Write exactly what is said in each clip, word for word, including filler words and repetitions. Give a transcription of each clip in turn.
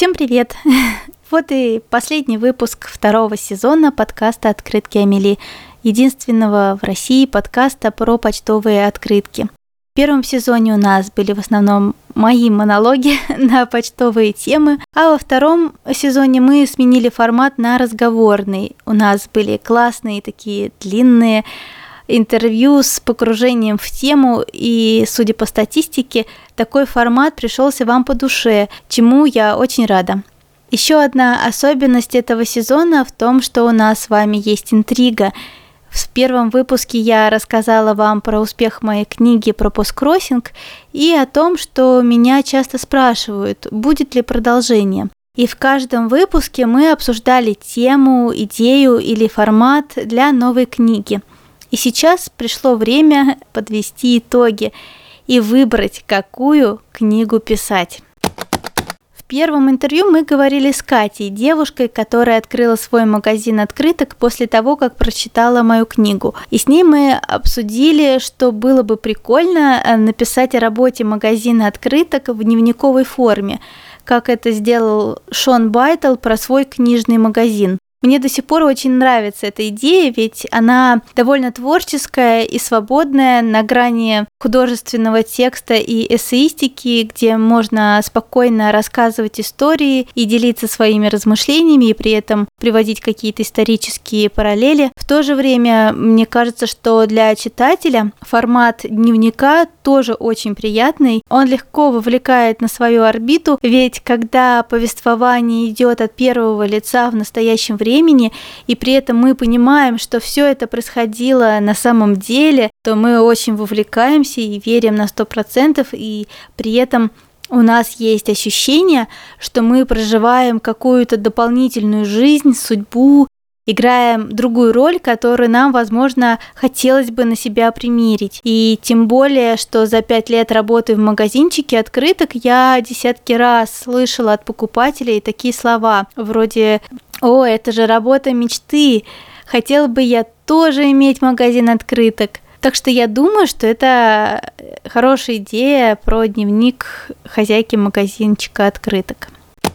Всем привет! Вот и последний выпуск второго сезона подкаста «Открытки Амели», единственного в России подкаста про почтовые открытки. В первом сезоне у нас были в основном мои монологи на почтовые темы, а во втором сезоне мы сменили формат на разговорный. У нас были классные такие длинные интервью с погружением в тему, и, судя по статистике, такой формат пришелся вам по душе, чему я очень рада. Еще одна особенность этого сезона в том, что у нас с вами есть интрига. В первом выпуске я рассказала вам про успех моей книги про посткроссинг и о том, что меня часто спрашивают, будет ли продолжение. И в каждом выпуске мы обсуждали тему, идею или формат для новой книги. И сейчас пришло время подвести итоги и выбрать, какую книгу писать. В первом интервью мы говорили с Катей, девушкой, которая открыла свой магазин открыток после того, как прочитала мою книгу. И с ней мы обсудили, что было бы прикольно написать о работе магазина открыток в дневниковой форме, как это сделал Шон Байтл про свой книжный магазин. Мне до сих пор очень нравится эта идея, ведь она довольно творческая и свободная, на грани художественного текста и эссеистики, где можно спокойно рассказывать истории и делиться своими размышлениями, и при этом приводить какие-то исторические параллели. В то же время, мне кажется, что для читателя формат дневника тоже очень приятный. Он легко вовлекает на свою орбиту, ведь когда повествование идет от первого лица в настоящем времени, времени, и при этом мы понимаем, что все это происходило на самом деле, то мы очень вовлекаемся и верим на сто процентов, и при этом у нас есть ощущение, что мы проживаем какую-то дополнительную жизнь, судьбу, играем другую роль, которую нам, возможно, хотелось бы на себя примерить. И тем более, что за пять лет работы в магазинчике открыток я десятки раз слышала от покупателей такие слова, вроде «О, это же работа мечты! Хотела бы я тоже иметь магазин открыток». Так что я думаю, что это хорошая идея про дневник хозяйки магазинчика открыток.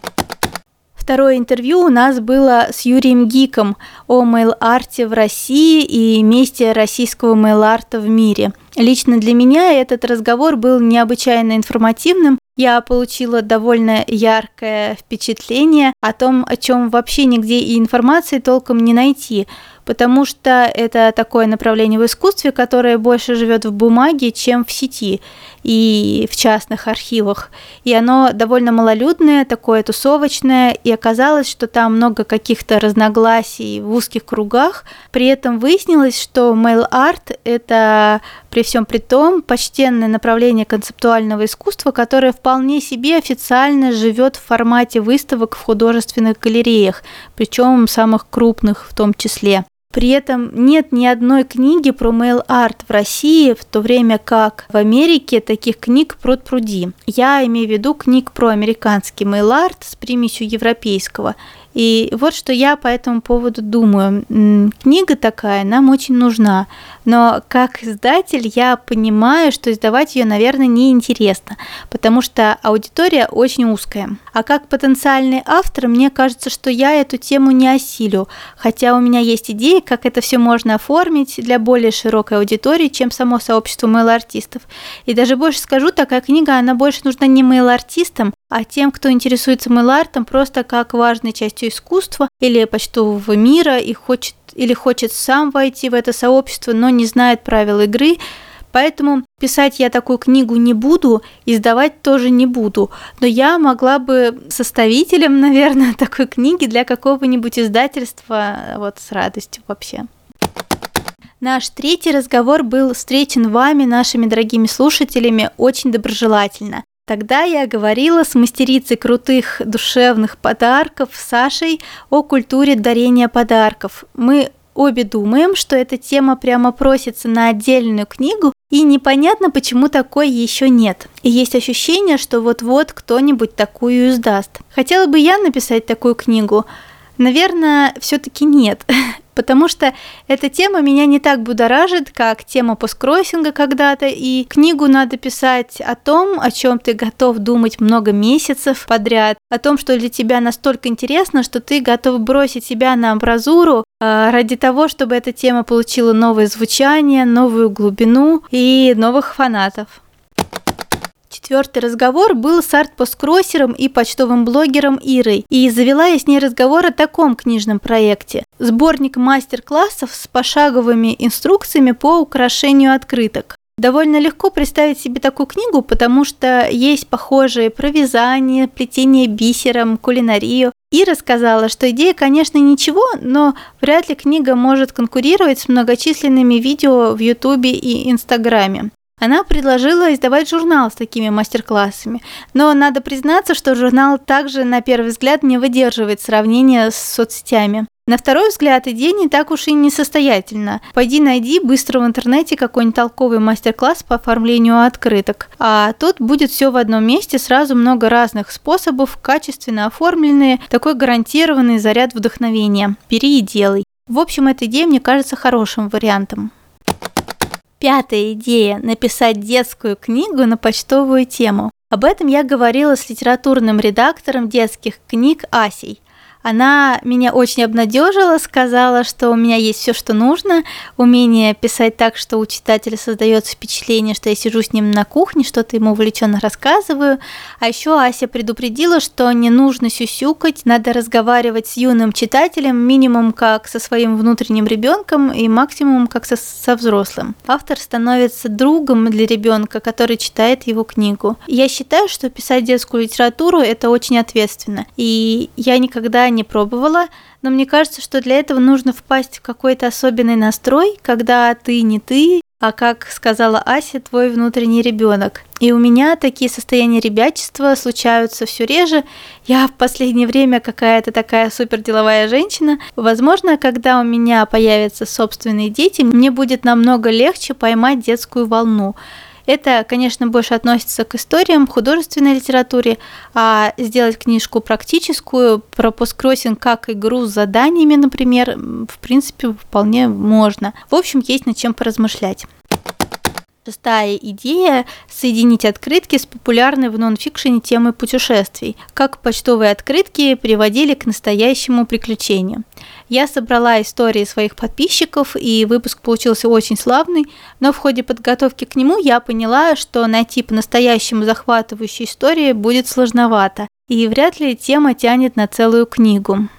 Второе интервью у нас было с Юрием Гиком о мейл-арте в России и месте российского мейл-арта в мире. Лично для меня этот разговор был необычайно информативным. Я получила довольно яркое впечатление о том, о чем вообще нигде и информации толком не найти, потому что это такое направление в искусстве, которое больше живет в бумаге, чем в сети и в частных архивах. И оно довольно малолюдное, такое тусовочное, и оказалось, что там много каких-то разногласий в узких кругах. При этом выяснилось, что мейл-арт – это при всем при том почтенное направление концептуального искусства, которое вполне себе официально живет в формате выставок в художественных галереях, причем самых крупных в том числе. При этом нет ни одной книги про мейл-арт в России, в то время как в Америке таких книг пруд-пруди. Я имею в виду книг про американский мейл-арт с примесью европейского. И вот что я по этому поводу думаю. Книга такая нам очень нужна, но как издатель я понимаю, что издавать ее, наверное, неинтересно, потому что аудитория очень узкая. А как потенциальный автор, мне кажется, что я эту тему не осилю, хотя у меня есть идеи, как это все можно оформить для более широкой аудитории, чем само сообщество мейл-артистов. И даже больше скажу, такая книга, она больше нужна не мейл-артистам, а тем, кто интересуется мейл-артом просто как важной частью искусства или почтового мира и хочет или хочет сам войти в это сообщество, но не знает правил игры. Поэтому писать я такую книгу не буду, издавать тоже не буду. Но я могла бы составителем, наверное, такой книги для какого-нибудь издательства вот с радостью вообще. Наш третий разговор был встречен вами, нашими дорогими слушателями, очень доброжелательно. Тогда я говорила с мастерицей крутых душевных подарков Сашей о культуре дарения подарков. Мы обе думаем, что эта тема прямо просится на отдельную книгу, и непонятно, почему такой еще нет. И есть ощущение, что вот-вот кто-нибудь такую издаст. Хотела бы я написать такую книгу? Наверное, все-таки нет. потому что эта тема меня не так будоражит, как тема посткроссинга когда-то, и книгу надо писать о том, о чем ты готов думать много месяцев подряд, о том, что для тебя настолько интересно, что ты готов бросить себя на амбразуру э, ради того, чтобы эта тема получила новое звучание, новую глубину и новых фанатов. Четвертый разговор был с арт-посткроссером и почтовым блогером Ирой, и завела я с ней разговор о таком книжном проекте. Сборник мастер-классов с пошаговыми инструкциями по украшению открыток. Довольно легко представить себе такую книгу, потому что есть похожие про вязание, плетение бисером, кулинарию. Ира сказала, что идея, конечно, ничего, но вряд ли книга может конкурировать с многочисленными видео в Ютубе и Инстаграме. Она предложила издавать журнал с такими мастер-классами, но надо признаться, что журнал также, на первый взгляд, не выдерживает сравнения с соцсетями. На второй взгляд, идея не так уж и несостоятельна. Пойди найди быстро в интернете какой-нибудь толковый мастер-класс по оформлению открыток, а тут будет все в одном месте, сразу много разных способов, качественно оформленные, такой гарантированный заряд вдохновения. Бери и делай. В общем, эта идея мне кажется хорошим вариантом. Пятая идея – написать детскую книгу на почтовую тему. Об этом я говорила с литературным редактором детских книг Асей. Она меня очень обнадежила, сказала, что у меня есть все, что нужно, умение писать так, что у читателя создается впечатление, что я сижу с ним на кухне, что-то ему увлеченно рассказываю. А еще Ася предупредила, что не нужно сюсюкать, надо разговаривать с юным читателем минимум как со своим внутренним ребенком и максимум как со, со взрослым. Автор становится другом для ребенка, который читает его книгу. Я считаю, что писать детскую литературу – это очень ответственно, и я никогда не не пробовала, но мне кажется, что для этого нужно впасть в какой-то особенный настрой, когда ты не ты, а, как сказала Ася, твой внутренний ребенок. И у меня такие состояния ребячества случаются все реже. Я в последнее время какая-то такая суперделовая женщина. Возможно, когда у меня появятся собственные дети, мне будет намного легче поймать детскую волну. Это, конечно, больше относится к историям, художественной литературе, а сделать книжку практическую про посткроссинг как игру с заданиями, например, в принципе, вполне можно. В общем, есть над чем поразмышлять. Шестая идея – соединить открытки с популярной в нонфикшене темой путешествий. Как почтовые открытки приводили к настоящему приключению. Я собрала истории своих подписчиков, и выпуск получился очень славный, но в ходе подготовки к нему я поняла, что найти по-настоящему захватывающие истории будет сложновато, и вряд ли тема тянет на целую книгу.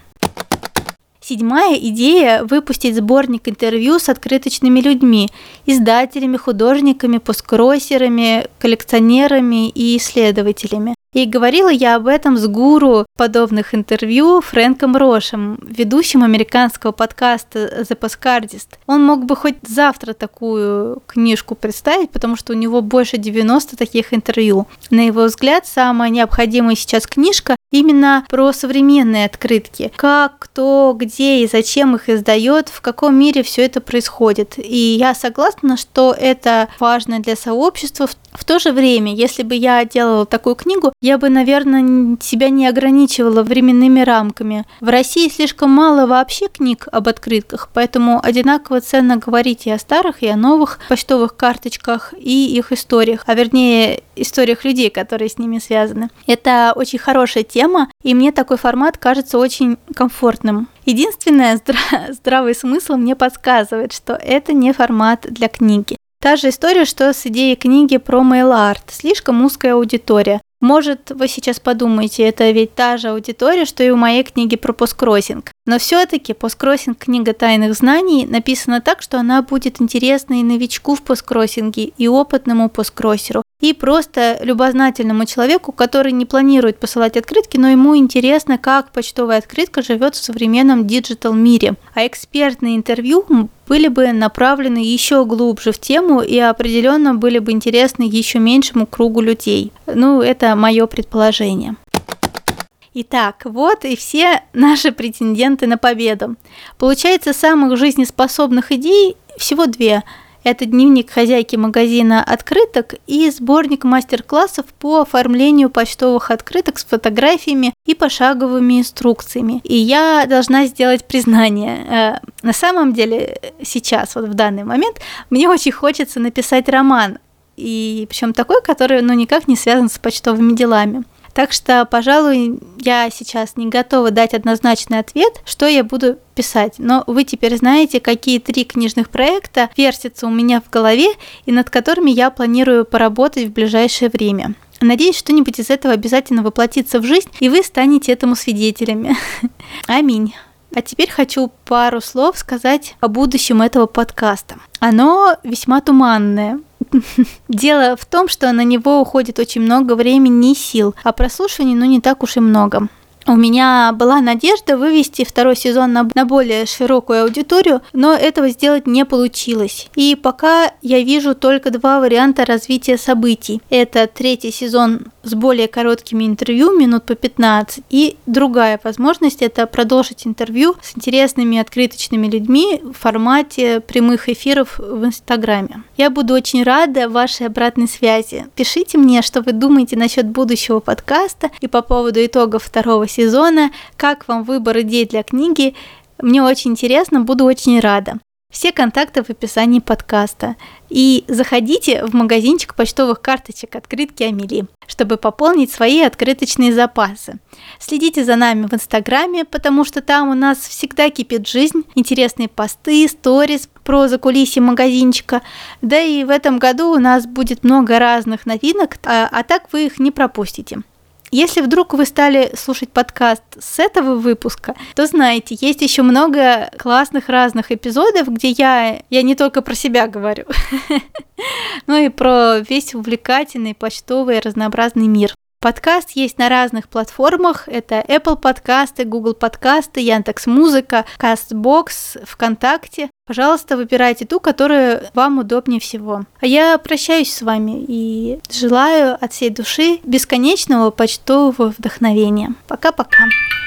Седьмая идея – выпустить сборник интервью с открыточными людьми, издателями, художниками, посткроссерами, коллекционерами и исследователями. И говорила я об этом с гуру подобных интервью Фрэнком Рошем, ведущим американского подкаста The Postcardist. Он мог бы хоть завтра такую книжку представить, потому что у него больше девяноста таких интервью. На его взгляд, самая необходимая сейчас книжка именно про современные открытки. Как, кто, где и зачем их издает, в каком мире все это происходит. И я согласна, что это важно для сообщества. В то же время, если бы я делала такую книгу, я бы, наверное, себя не ограничивала временными рамками. В России слишком мало вообще книг об открытках, поэтому одинаково ценно говорить и о старых, и о новых почтовых карточках, и их историях, а вернее, историях людей, которые с ними связаны. Это очень хорошая тема, и мне такой формат кажется очень комфортным. Единственное, здра- здравый смысл мне подсказывает, что это не формат для книги. Та же история, что с идеей книги про мейл-арт. Слишком узкая аудитория. Может, вы сейчас подумаете, это ведь та же аудитория, что и у моей книги про посткроссинг. Но все-таки посткроссинг «Книга тайных знаний» написана так, что она будет интересна и новичку в посткроссинге, и опытному посткроссеру, и просто любознательному человеку, который не планирует посылать открытки, но ему интересно, как почтовая открытка живет в современном диджитал-мире. А экспертные интервью были бы направлены еще глубже в тему и определенно были бы интересны еще меньшему кругу людей. Ну, это мое предположение. Итак, вот и все наши претенденты на победу. Получается, самых жизнеспособных идей всего две. Это дневник хозяйки магазина открыток и сборник мастер-классов по оформлению почтовых открыток с фотографиями и пошаговыми инструкциями. И я должна сделать признание. На самом деле сейчас, вот в данный момент, мне очень хочется написать роман. И причем такой, который ну, никак не связан с почтовыми делами. Так что, пожалуй, я сейчас не готова дать однозначный ответ, что я буду писать. Но вы теперь знаете, какие три книжных проекта вертятся у меня в голове и над которыми я планирую поработать в ближайшее время. Надеюсь, что-нибудь из этого обязательно воплотится в жизнь, и вы станете этому свидетелями. Аминь. А теперь хочу пару слов сказать о будущем этого подкаста. Оно весьма туманное. Дело в том, что на него уходит очень много времени и сил, а прослушиваний ну не так уж и много. У меня была надежда вывести второй сезон на, на более широкую аудиторию, но этого сделать не получилось. И пока я вижу только два варианта развития событий. Это третий сезон с более короткими интервью, минут по пятнадцать, и другая возможность – это продолжить интервью с интересными открыточными людьми в формате прямых эфиров в Инстаграме. Я буду очень рада вашей обратной связи. Пишите мне, что вы думаете насчет будущего подкаста и по поводу итогов второго сезона. сезона, как вам выбор идей для книги. Мне очень интересно, буду очень рада. Все контакты в описании подкаста. И заходите в магазинчик почтовых карточек «Открытки Амели», чтобы пополнить свои открыточные запасы. Следите за нами в Инстаграме, потому что там у нас всегда кипит жизнь, интересные посты, сторис про закулисье магазинчика. Да и в этом году у нас будет много разных новинок, а, а так вы их не пропустите. Если вдруг вы стали слушать подкаст с этого выпуска, то знаете, есть еще много классных разных эпизодов, где я, я не только про себя говорю, но и про весь увлекательный почтовый разнообразный мир. Подкаст есть на разных платформах. Это Apple подкасты, Google подкасты, Яндекс.Музыка, Castbox, ВКонтакте. Пожалуйста, выбирайте ту, которая вам удобнее всего. А я прощаюсь с вами и желаю от всей души бесконечного почтового вдохновения. Пока-пока.